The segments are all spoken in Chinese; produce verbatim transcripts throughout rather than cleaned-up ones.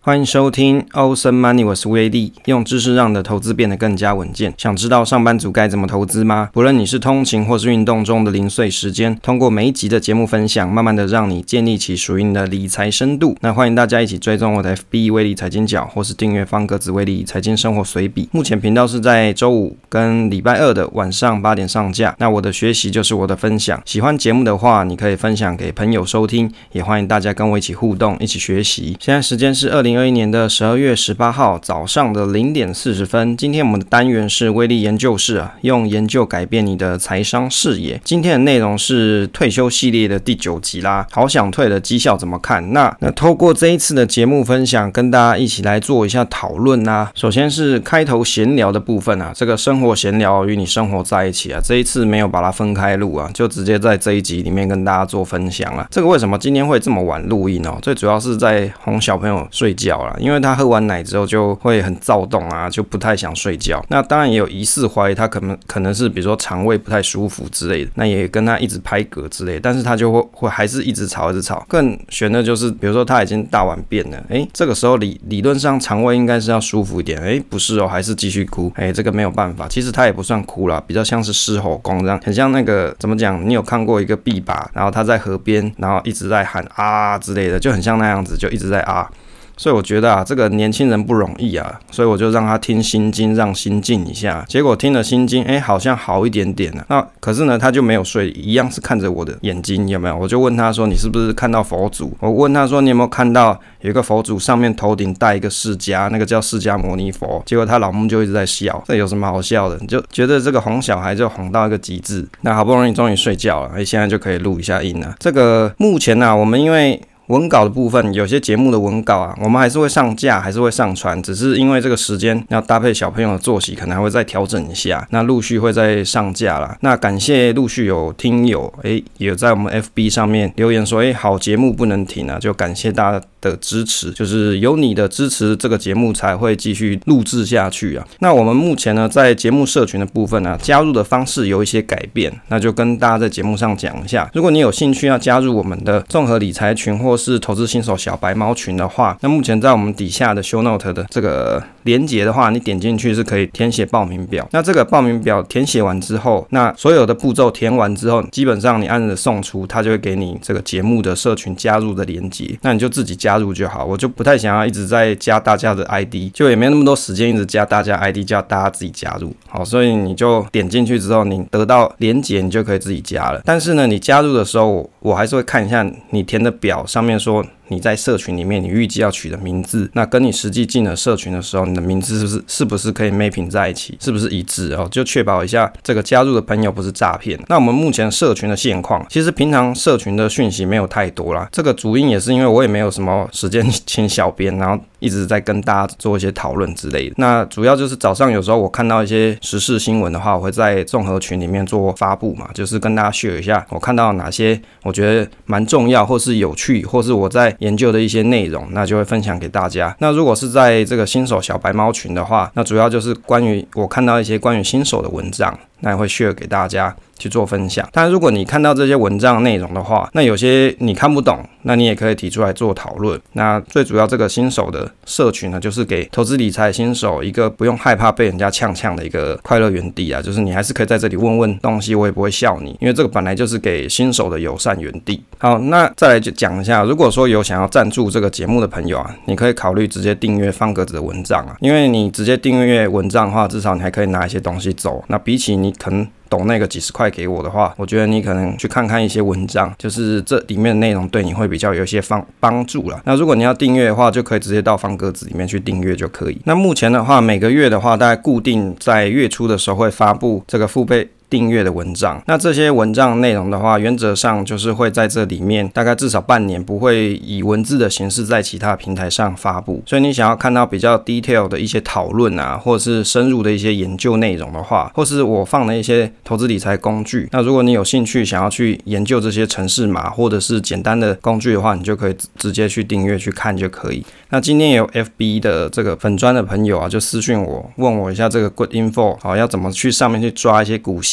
欢迎收听 Awesome Money， 我是威利，用知识让你的投资变得更加稳健。想知道上班族该怎么投资吗？不论你是通勤或是运动中的零碎时间，通过每一集的节目分享，慢慢的让你建立起属于你的理财深度。那欢迎大家一起追踪我的 F B 威利财经角，或是订阅方格子威利财经生活随笔。目前频道是在周五跟礼拜二的晚上八点上架。那我的学习就是我的分享，喜欢节目的话，你可以分享给朋友收听，也欢迎大家跟我一起互动，一起学习。现在时间是二零二一年的十二月十八号早上的零点四十分。今天我们的单元是威利研究室啊，用研究改变你的财商视野。今天的内容是退休系列的第九集啦，好想退的绩效怎么看？那那透过这一次的节目分享，跟大家一起来做一下讨论啊。首先是开头闲聊的部分啊，这个生活闲聊与你生活在一起啊，这一次没有把它分开录啊，就直接在这一集里面跟大家做分享啊。这个为什么今天会这么晚录音哦？最主要是在哄小朋友睡觉啦，因为他喝完奶之后就会很躁动啊，就不太想睡觉。那当然也有疑似怀疑他可能可能是比如说肠胃不太舒服之类的，那也跟他一直拍嗝之类的，但是他就会会还是一直吵一直吵。更悬的就是比如说他已经大完便了，诶，这个时候理理论上肠胃应该是要舒服一点，诶，不是哦，还是继续哭。诶，这个没有办法，其实他也不算哭啦，比较像是狮吼功这样，很像那个怎么讲？你有看过一个毕靶，然后他在河边，然后一直在喊啊之类的，就很像那样子，就一直在啊。所以我觉得啊，这个年轻人不容易啊，所以我就让他听心经，让心静一下。结果听了心经，哎，好像好一点点了。那可是呢，他就没有睡，一样是看着我的眼睛，有没有？我就问他说：“你是不是看到佛祖？”我问他说：“你有没有看到有一个佛祖上面头顶戴一个释迦，那个叫释迦牟尼佛？”结果他老母就一直在笑，这有什么好笑的？你就觉得这个哄小孩就哄到一个极致。那好不容易终于睡觉了，哎，现在就可以录一下音了。这个目前啊，我们因为文稿的部分，有些节目的文稿啊，我们还是会上架，还是会上传，只是因为这个时间要搭配小朋友的作息，可能还会再调整一下。那陆续会再上架啦。那感谢陆续有听友，诶，也有在我们 F B 上面留言说，诶，好节目不能停啊，就感谢大家的支持，就是有你的支持，这个节目才会继续录制下去啊。那我们目前呢，在节目社群的部分呢，加入的方式有一些改变，那就跟大家在节目上讲一下。如果你有兴趣要加入我们的综合理财群或是投资新手小白猫群的话，那目前在我们底下的 show note 的这个连结的话，你点进去是可以填写报名表。那这个报名表填写完之后，那所有的步骤填完之后，基本上你按着送出，它就会给你这个节目的社群加入的连结，那你就自己加入就好。我就不太想要一直在加大家的 I D， 就也没那么多时间一直加大家 I D， 叫大家自己加入。好，所以你就点进去之后，你得到连结，你就可以自己加了。但是呢，你加入的时候，我还是会看一下你填的表上面说你在社群里面你预计要取的名字，那跟你实际进了社群的时候，你的名字是不是是不是可以 mapping 在一起，是不是一致哦？就确保一下这个加入的朋友不是诈骗。那我们目前社群的现况，其实平常社群的讯息没有太多啦，这个主因也是因为我也没有什么时间请小编，然后一直在跟大家做一些讨论之类的。那主要就是早上有时候我看到一些时事新闻的话，我会在综合群里面做发布嘛，就是跟大家 share 一下我看到哪些我觉得蛮重要或是有趣，或是我在研究的一些内容，那就会分享给大家。那如果是在这个新手小白猫群的话，那主要就是关于我看到一些关于新手的文章，那也会 share 给大家去做分享。但如果你看到这些文章内容的话，那有些你看不懂，那你也可以提出来做讨论。那最主要这个新手的社群呢，就是给投资理财新手一个不用害怕被人家呛呛的一个快乐园地啊，就是你还是可以在这里问问东西，我也不会笑你，因为这个本来就是给新手的友善园地。好，那再来就讲一下，如果说有想要赞助这个节目的朋友啊，你可以考虑直接订阅方格子的文章啊，因为你直接订阅文章的话，至少你还可以拿一些东西走。那比起你可能抖那个几十块给我的话，我觉得你可能去看看一些文章，就是这里面的内容对你会比较有一些帮帮助啦。那如果你要订阅的话，就可以直接到方格子里面去订阅就可以。那目前的话，每个月的话，大概固定在月初的时候会发布这个付费订阅的文章。那这些文章内容的话，原则上就是会在这里面大概至少半年不会以文字的形式在其他平台上发布。所以你想要看到比较 detail 的一些讨论啊，或者是深入的一些研究内容的话，或是我放的一些投资理财工具，那如果你有兴趣想要去研究这些程式码或者是简单的工具的话，你就可以直接去订阅去看就可以。那今天有 F B 的这个粉专的朋友啊，就私讯我问我一下这个 Good Info 好要怎么去上面去抓一些股息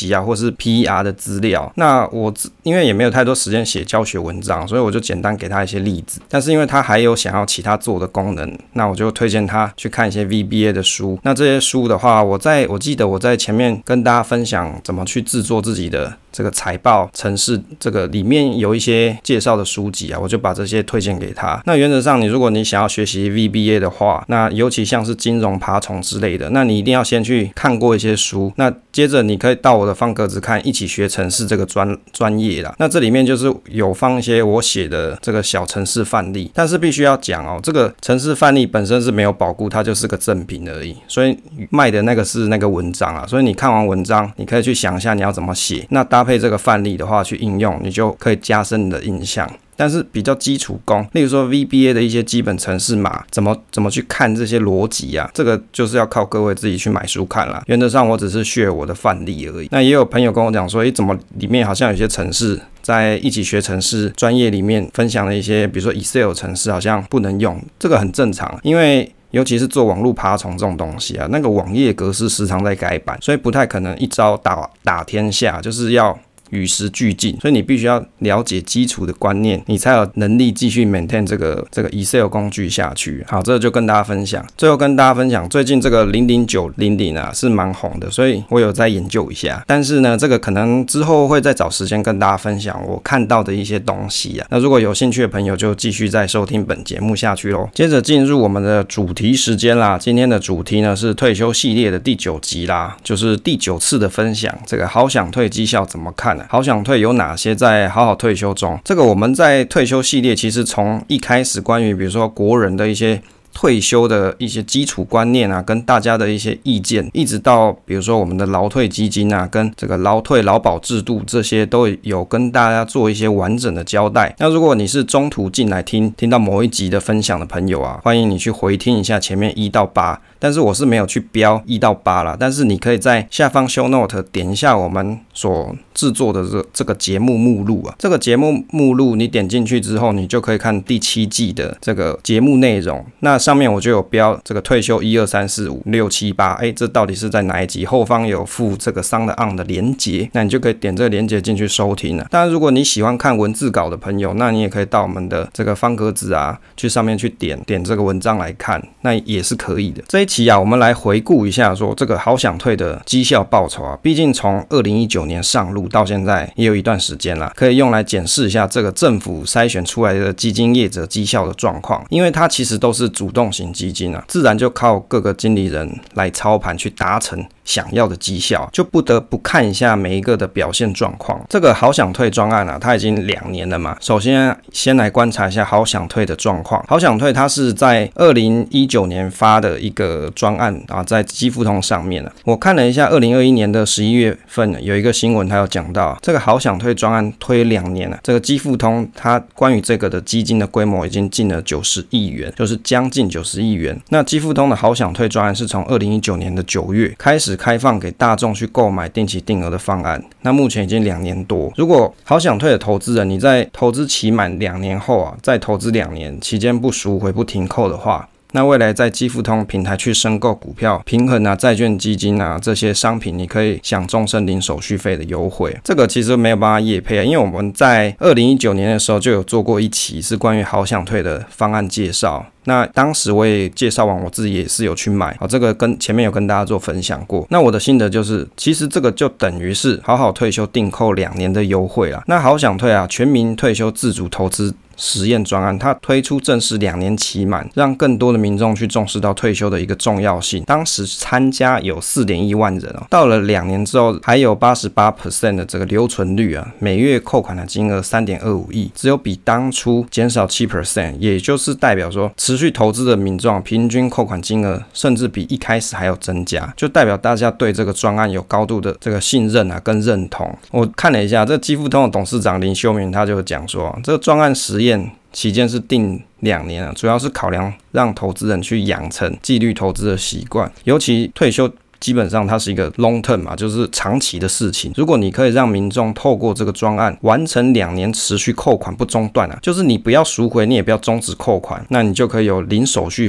习啊，或是 P E R 的资料。那我因为也没有太多时间写教学文章，所以我就简单给他一些例子。但是因为他还有想要其他做的功能，那我就推荐他去看一些 V B A 的书。那这些书的话，我在我记得我在前面跟大家分享怎么去制作自己的这个财报程式，这个里面有一些介绍的书籍啊，我就把这些推荐给他。那原则上，你如果你想要学习 V B A 的话，那尤其像是金融爬虫之类的，那你一定要先去看过一些书。那接着你可以到我的方格子看一起学程式这个专专业啦。那这里面就是有放一些我写的这个小程式范例，但是必须要讲哦，这个程式范例本身是没有保固，它就是个赠品而已，所以卖的那个是那个文章啊。所以你看完文章，你可以去想一下你要怎么写，那搭配这个范例的话去应用，你就可以加深你的印象。但是比较基础功，例如说 V B A 的一些基本程式码，怎么怎么去看这些逻辑啊，这个就是要靠各位自己去买书看啦。原则上我只是 share 我的范例而已。那也有朋友跟我讲说，诶，怎么里面好像有些程式在一起学程式专业里面分享的一些，比如说 Excel 程式好像不能用，这个很正常，因为尤其是做网络爬虫这种东西啊，那个网页格式时常在改版，所以不太可能一招打打天下，就是要与时俱进，所以你必须要了解基础的观念，你才有能力继续 maintain 这个这个 Excel 工具下去。好，这个就跟大家分享。最后跟大家分享，最近这个零零九零零啊是蛮红的，所以我有在研究一下。但是呢，这个可能之后会再找时间跟大家分享我看到的一些东西啊。那如果有兴趣的朋友，就继续再收听本节目下去咯。接着进入我们的主题时间啦。今天的主题呢是退休系列的第九集啦，就是第九次的分享。这个好想退绩效怎么看？好想退有哪些在好好退休中？这个我们在退休系列其实从一开始关于比如说国人的一些退休的一些基础观念啊，跟大家的一些意见，一直到比如说我们的劳退基金啊，跟这个劳退劳保制度，这些都有跟大家做一些完整的交代。那如果你是中途进来听听到某一集的分享的朋友啊，欢迎你去回听一下前面一到八。但是我是没有去标一到八啦，但是你可以在下方 show note 点一下我们所制作的这这个节目目录啊，这个节目目录你点进去之后，你就可以看第七季的这个节目内容。那上面我就有标这个退休一二三四五六七八，哎，这到底是在哪一集？后方有附这个 Sound On 的连结，那你就可以点这个连结进去收听了。当然，如果你喜欢看文字稿的朋友，那你也可以到我们的这个方格子啊，去上面去点点这个文章来看，那也是可以的。这一期啊，我们来回顾一下说这个好想退的绩效报酬啊，毕竟从二零一九年上路到现在也有一段时间啦，可以用来检视一下这个政府筛选出来的基金业者绩效的状况，因为它其实都是主动型基金啊，自然就靠各个经理人来操盘去达成想要的绩效，就不得不看一下每一个的表现状况。这个好想退专案啊，它已经两年了嘛。首先先来观察一下好想退的状况。好想退它是在二零一九年发的一个专案啊，在基富通上面啊。我看了一下二零二一年的十一月份有一个新闻，它有讲到这个好想退专案推两年了，这个基富通它关于这个的基金的规模已经进了九十亿元，就是将近九十亿元。那基富通的好想退专案是从二零一九年的九月开始开放给大众去购买定期定额的方案，那目前已经两年多。如果好想退的投资人，你在投资期满两年后啊，再投资两年期间不赎回不停扣的话，那未来在基富通平台去申购股票、平衡啊、债券基金啊这些商品，你可以享终身零手续费的优惠。这个其实没有办法业配啊，因为我们在二零一九年的时候就有做过一期是关于好想退的方案介绍。那当时我也介绍完，我自己也是有去买，好，这个跟前面有跟大家做分享过。那我的心得就是，其实这个就等于是好好退休订购两年的优惠啦。那好想退啊，全民退休自主投资实验专案，它推出正式两年期满，让更多的民众去重视到退休的一个重要性。当时参加有 四点一万人哦，到了两年之后，还有 百分之八十八 的这个留存率啊，每月扣款的金额 三点二五亿，只有比当初减少 百分之七， 也就是代表说持续投资的民众平均扣款金额甚至比一开始还要增加，就代表大家对这个专案有高度的这个信任啊跟认同。我看了一下，这基富通的董事长林修明他就讲说，这个专案实验期间是定两年啊，主要是考量让投资人去养成纪律投资的习惯，尤其退休基本上它是一个 long term 嘛，就是长期的事情。如果你可以让民众透过这个专案完成两年持续扣款不中断啊，就是你不要赎回，你也不要终止扣款，那你就可以有零手续费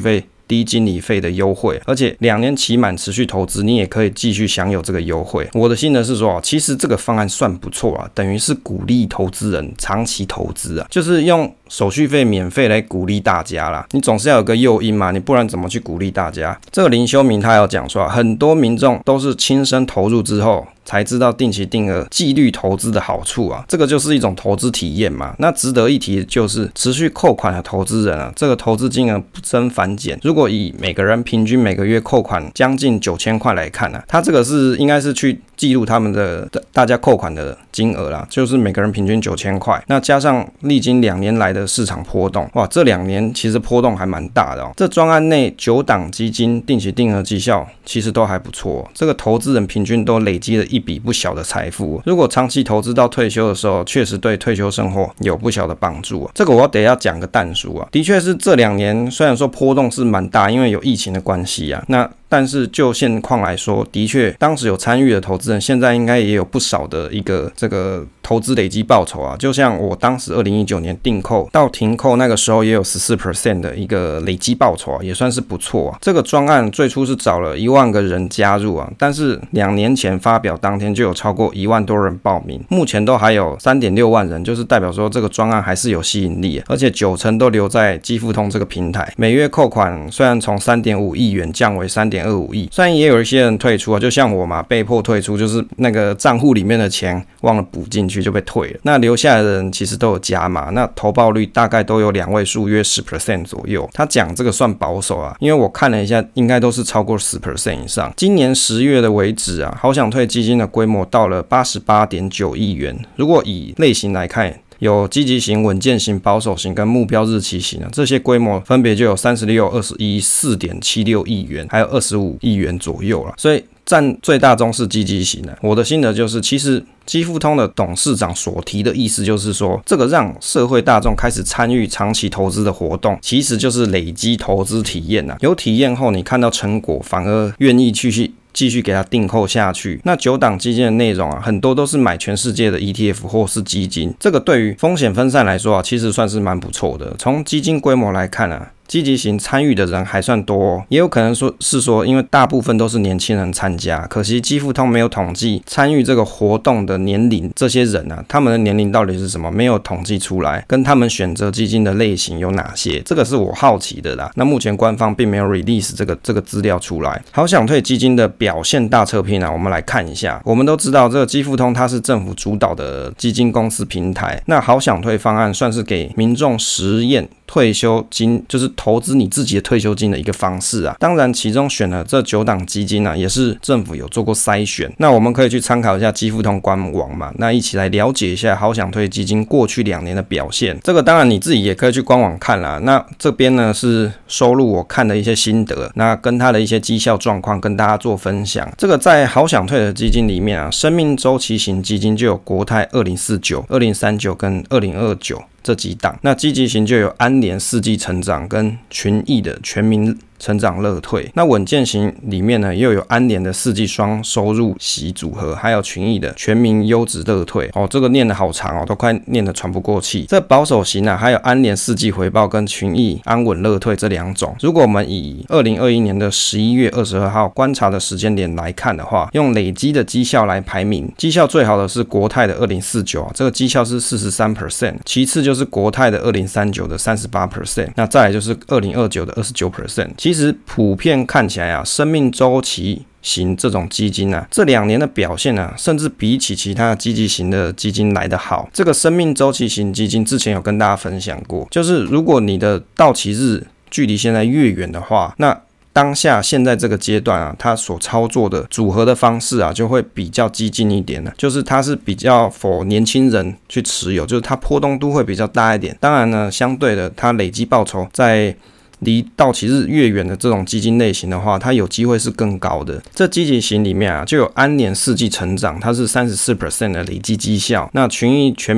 低经理费的优惠，而且两年期满持续投资，你也可以继续享有这个优惠。我的心得是说，其实这个方案算不错啊，等于是鼓励投资人长期投资啊，就是用手续费免费来鼓励大家啦。你总是要有个诱因嘛，你不然怎么去鼓励大家？这个林修明他有讲说啊，很多民众都是亲身投入之后才知道定期定额纪律投资的好处啊，这个就是一种投资体验嘛。那值得一提的就是持续扣款的投资人啊，这个投资金额不增反减。如果以每个人平均每个月扣款将近九千块来看啊，他这个是应该是去记录他们的大家扣款的金额啦，就是每个人平均九千块。那加上历经两年来的市场波动，哇，这两年其实波动还蛮大的哦。这专案内九档基金定期定额绩效其实都还不错哦，这个投资人平均都累积了一笔不小的财富。如果长期投资到退休的时候，确实对退休生活有不小的帮助啊。这个我得要讲个但书啊，的确是这两年虽然说波动是蛮大，因为有疫情的关系啊，那但是就现况来说，的确当时有参与的投资人，现在应该也有不少的一个这个投资累积报酬啊。就像我当时二零一九年定扣到停扣那个时候，也有 百分之十四 的一个累积报酬啊，也算是不错啊。这个专案最初是找了一万个人加入啊，但是两年前发表当天就有超过一万多人报名，目前都还有 三点六万人，就是代表说这个专案还是有吸引力，而且九成都留在基富通这个平台。每月扣款虽然从 三点五亿元降为 三点二五亿，虽然也有一些人退出啊，就像我嘛，被迫退出，就是那个账户里面的钱忘了补进去就被退了。那留下来的人其实都有加码，那投报率大概都有两位数，约 百分之十 左右。他讲这个算保守啊，因为我看了一下，应该都是超过 百分之十 以上。今年十月的为止啊，好想退基金的规模到了 八十八点九亿元。如果以类型来看，有积极型、稳健型、保守型跟目标日期型的，这些规模分别就有三十六、二十一、四点七六亿元，还有二十五亿元左右了。所以占最大宗是积极型的。我的心得就是，其实基富通的董事长所提的意思就是说，这个让社会大众开始参与长期投资的活动，其实就是累积投资体验啊。有体验后，你看到成果，反而愿意继续继续给它订扣下去。那九档基金的内容啊，很多都是买全世界的 E T F 或是基金，这个对于风险分散来说啊，其实算是蛮不错的。从基金规模来看啊，积极型参与的人还算多哦，也有可能说是说，因为大部分都是年轻人参加，可惜基富通没有统计参与这个活动的年龄，这些人啊，他们的年龄到底是什么？没有统计出来，跟他们选择基金的类型有哪些？这个是我好奇的啦。那目前官方并没有 release 这个这个资料出来。好想退基金的表现大测评啊，我们来看一下。我们都知道这个基富通它是政府主导的基金公司平台，那好想退方案算是给民众实验退休金，就是投资你自己的退休金的一个方式啊。当然其中选了这九档基金啊，也是政府有做过筛选，那我们可以去参考一下基富通官网嘛，那一起来了解一下好想退基金过去两年的表现。这个当然你自己也可以去官网看啦，那这边呢是收录我看的一些心得，那跟它的一些绩效状况跟大家做分享。这个在好想退的基金里面啊，生命周期型基金就有国泰二零四九、二零三九跟二零二九这几档，那积极型就有安联四季成长跟群益的全民成长乐退。那稳健型里面呢，又有安联的四季双收入息组合，还有群益的全民优质乐退。哦，这个念得好长哦，都快念得喘不过气。这保守型啊，还有安联四季回报跟群益安稳乐退这两种。如果我们以二零二一年的十一月二十二号观察的时间点来看的话，用累积的绩效来排名，绩效最好的是国泰的二零四九啊，这个绩效是 百分之四十三， 其次就是国泰的二零三九的 百分之三十八， 那再来就是二零二九的 百分之二十九。其实普遍看起来啊，生命周期型这种基金啊，这两年的表现啊，甚至比起其他积极型的基金来得好。这个生命周期型基金之前有跟大家分享过，就是如果你的到期日距离现在越远的话，那当下现在这个阶段啊，它所操作的组合的方式啊，就会比较激进一点了，就是它是比较 for 年轻人去持有，就是它波动度会比较大一点。当然呢，相对的，它累积报酬在离到期日越远的这种基金类型的话，它有机会是更高的。这积极型里面啊，就有安联四季成长，它是 百分之三十四 的累积绩效。那群益全民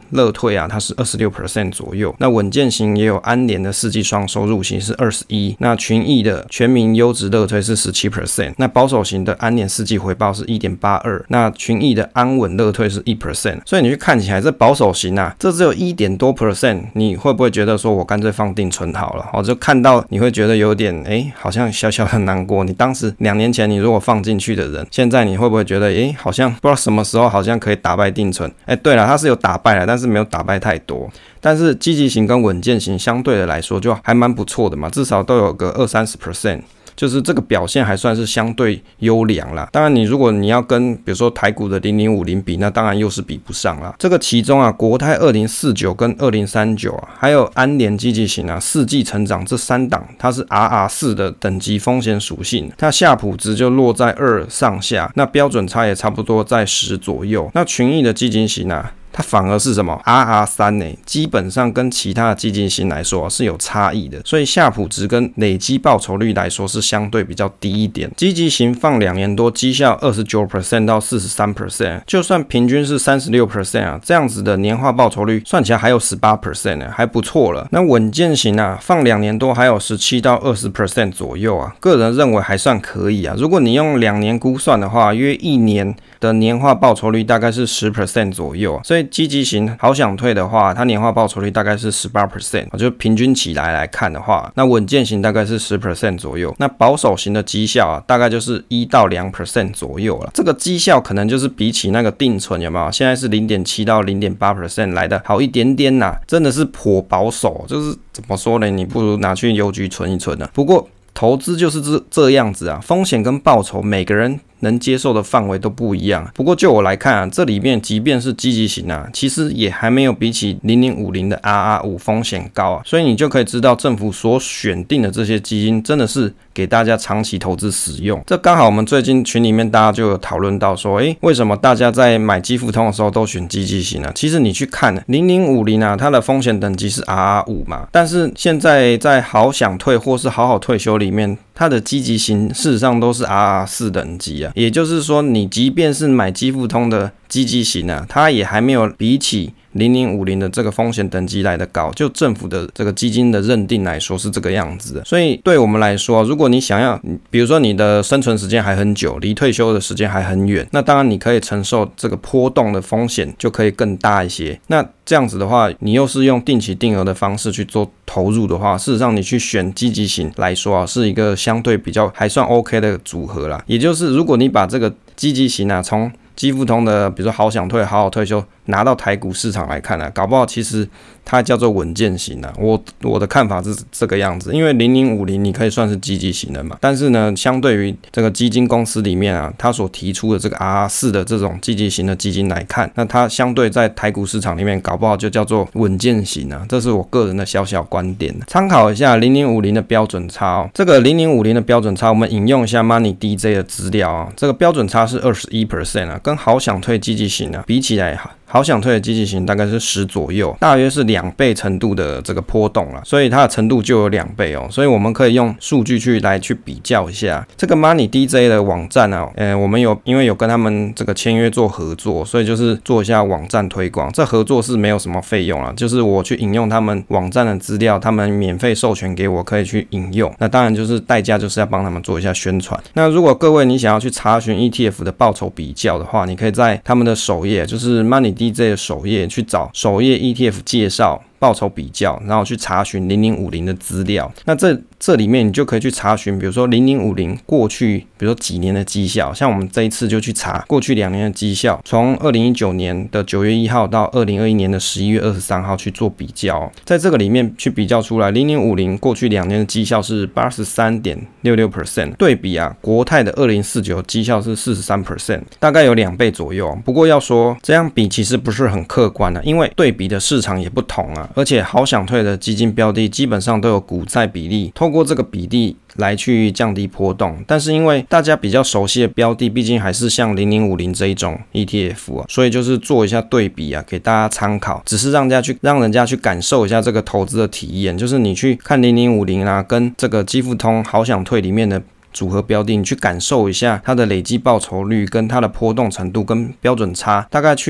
乐退啊，它是 百分之二十六 左右。那稳健型也有安联的四季双收入型是二十一，那群益的全民优质乐退是 百分之十七， 那保守型的安联四季回报是 一点八二， 那群益的安稳乐退是 百分之一， 所以你去看起来这保守型啊，这只有一点多 percent， 你会不会觉得说我干脆放定存好了？我就看到你会觉得有点哎，好像小小的难过。你当时两年前你如果放进去的人，现在你会不会觉得哎，好像不知道什么时候好像可以打败定存？哎，对了，它是有打败了，但是没有打败太多。但是积极型跟稳健型相对的来说就还蛮不错的嘛，至少都有个二三十 percent。就是这个表现还算是相对优良啦。当然你如果你要跟比如说台股的零零五零比，那当然又是比不上啦。这个其中啊，国泰二零四九跟二零三九啊，还有安联积极型啊，四季成长这三档，它是 R R 四 的等级风险属性，它夏普值就落在二上下，那标准差也差不多在十左右。那群益的积极型啊，它反而是什么 R R 三 呢？基本上跟其他的基金型来说是有差异的，所以夏普值跟累积报酬率来说是相对比较低一点。积极型放两年多，绩效 百分之二十九 到 百分之四十三， 就算平均是 百分之三十六 啊，这样子的年化报酬率算起来还有 百分之十八 呢，还不错了。那稳健型啊，放两年多还有 百分之十七到二十 左右啊，个人认为还算可以啊。如果你用两年估算的话，约一年的年化报酬率大概是 百分之十 左右啊，所以积极型好想退的话，它年化报酬率大概是 百分之十八， 就平均起来来看的话，那稳健型大概是 百分之十 左右，那保守型的绩效啊，大概就是一到百分之二 左右了。这个绩效可能就是比起那个定存有没有？现在是 零点七到零点八 来的好一点点呐、啊，真的是颇保守，就是怎么说呢？你不如拿去邮局存一存呢、啊。不过投资就是这这样子啊，风险跟报酬每个人能接受的范围都不一样。不过就我来看啊，这里面即便是积极型啊，其实也还没有比起零零五零的 R R 五 风险高啊，所以你就可以知道政府所选定的这些基金真的是给大家长期投资使用。这刚好我们最近群里面大家就有讨论到说，诶，为什么大家在买基富通的时候都选积极型呢？其实你去看零零五零啊，它的风险等级是 R R 五 嘛，但是现在在好想退或是好好退休里面，它的积极型事实上都是 R R 四 等级啊，也就是说你即便是买基富通的积极型啊，它也还没有比起零零五零的这个风险等级来的高，就政府的这个基金的认定来说是这个样子的。所以对我们来说，如果你想要，比如说你的生存时间还很久，离退休的时间还很远，那当然你可以承受这个波动的风险就可以更大一些。那这样子的话，你又是用定期定额的方式去做投入的话，事实上你去选积极型来说啊，是一个相对比较还算 OK 的组合啦。也就是如果你把这个积极型啊从基富通的比如说好想退好好退休拿到台股市场来看啊，搞不好其实它叫做稳健型啊。我我的看法是这个样子，因为零零五零你可以算是积极型的嘛，但是呢，相对于这个基金公司里面啊，它所提出的这个 R R 四 的这种积极型的基金来看，那它相对在台股市场里面搞不好就叫做稳健型啊。这是我个人的小小观点，参考一下零零五零的标准差哦。这个零零五零的标准差，我们引用一下 Money D J 的资料啊、哦，这个标准差是 百分之二十一 啊，跟好想退积极型啊比起来好想退的积极型大概是十左右，大约是两倍程度的这个波动啦，所以它的程度就有两倍哦。所以我们可以用数据去来去比较一下这个 Money D J 的网站啊，呃，我们有因为有跟他们这个签约做合作，所以就是做一下网站推广。这合作是没有什么费用啦，就是我去引用他们网站的资料，他们免费授权给我可以去引用。那当然就是代价就是要帮他们做一下宣传。那如果各位你想要去查询 E T F 的报酬比较的话，你可以在他们的首页，就是 Money D J 的首页去找首页 E T F 介绍报酬比较，然后去查询零零五零的资料。那这这里面你就可以去查询，比如说零零五零过去比如说几年的绩效，像我们这一次就去查过去两年的绩效，从二零一九年的九月一号到二零二一年的十一月二十三号去做比较，在这个里面去比较出来零零五零过去两年的绩效是 八十三点六六 percent， 对比啊国泰的二零四九绩效是 百分之四十三， 大概有两倍左右。不过要说这样比其实不是很客观啊，因为对比的市场也不同啊，而且好想退的基金标的基本上都有股债比例，透过这个比例来去降低波动，但是因为大家比较熟悉的标的毕竟还是像零零五零这一种 E T F 啊，所以就是做一下对比啊，给大家参考，只是让人家去让人家去感受一下这个投资的体验，就是你去看零零五零啊跟这个基富通好想退里面的组合标的，你去感受一下它的累积报酬率跟它的波动程度跟标准差，大概去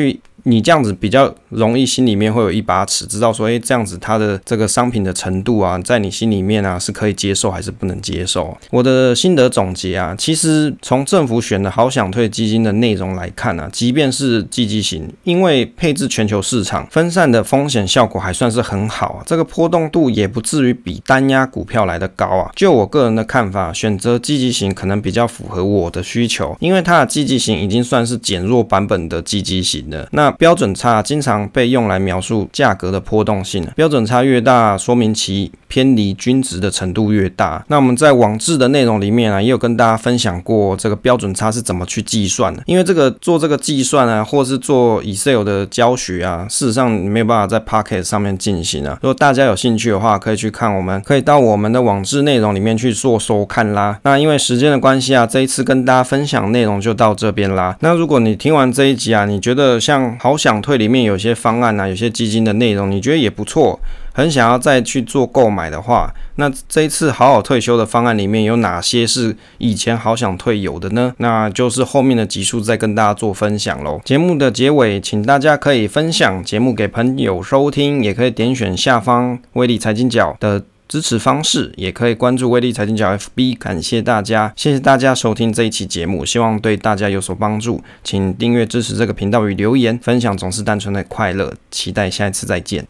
你这样子比较容易心里面会有一把尺，知道说，哎，这样子它的这个商品的程度啊，在你心里面啊是可以接受还是不能接受。我的心得总结啊，其实从政府选的好想退基金的内容来看啊，即便是季季型，因为配置全球市场，分散的风险效果还算是很好啊，这个波动度也不至于比单押股票来得高啊。就我个人的看法，选择季季型可能比较符合我的需求，因为它的季季型已经算是减弱版本的季季型了。那标准差经常被用来描述价格的波动性，标准差越大，说明其偏离均值的程度越大。那我们在网志的内容里面啊，也有跟大家分享过这个标准差是怎么去计算的。因为这个做这个计算啊，或是做 Excel 的教学啊，事实上没有办法在 Podcast 上面进行啊。如果大家有兴趣的话，可以去看我们，可以到我们的网志内容里面去做收看啦。那因为时间的关系啊，这一次跟大家分享内容就到这边啦。那如果你听完这一集啊，你觉得像好想退里面有些方案啊，有些基金的内容，你觉得也不错，很想要再去做购买的话，那这一次好好退休的方案里面有哪些是以前好想退有的呢？那就是后面的集数再跟大家做分享咯。节目的结尾，请大家可以分享节目给朋友收听，也可以点选下方威力财经角的支持方式，也可以关注威力财经角 F B。 感谢大家，谢谢大家收听这一期节目，希望对大家有所帮助。请订阅支持这个频道与留言分享，总是单纯的快乐。期待下一次再见。